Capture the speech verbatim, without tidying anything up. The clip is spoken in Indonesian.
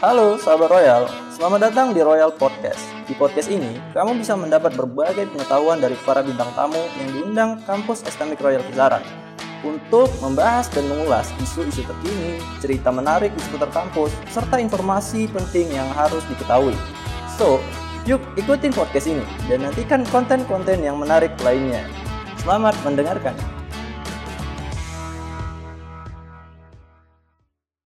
Halo sahabat Royal, selamat datang di Royal Podcast. Di podcast ini, kamu bisa mendapat berbagai pengetahuan dari para bintang tamu yang diundang kampus S T M I Royal Kisaran untuk membahas dan mengulas isu-isu terkini, cerita menarik di seputar kampus, serta informasi penting yang harus diketahui. So, yuk ikutin podcast ini dan nantikan konten-konten yang menarik lainnya. Selamat mendengarkan.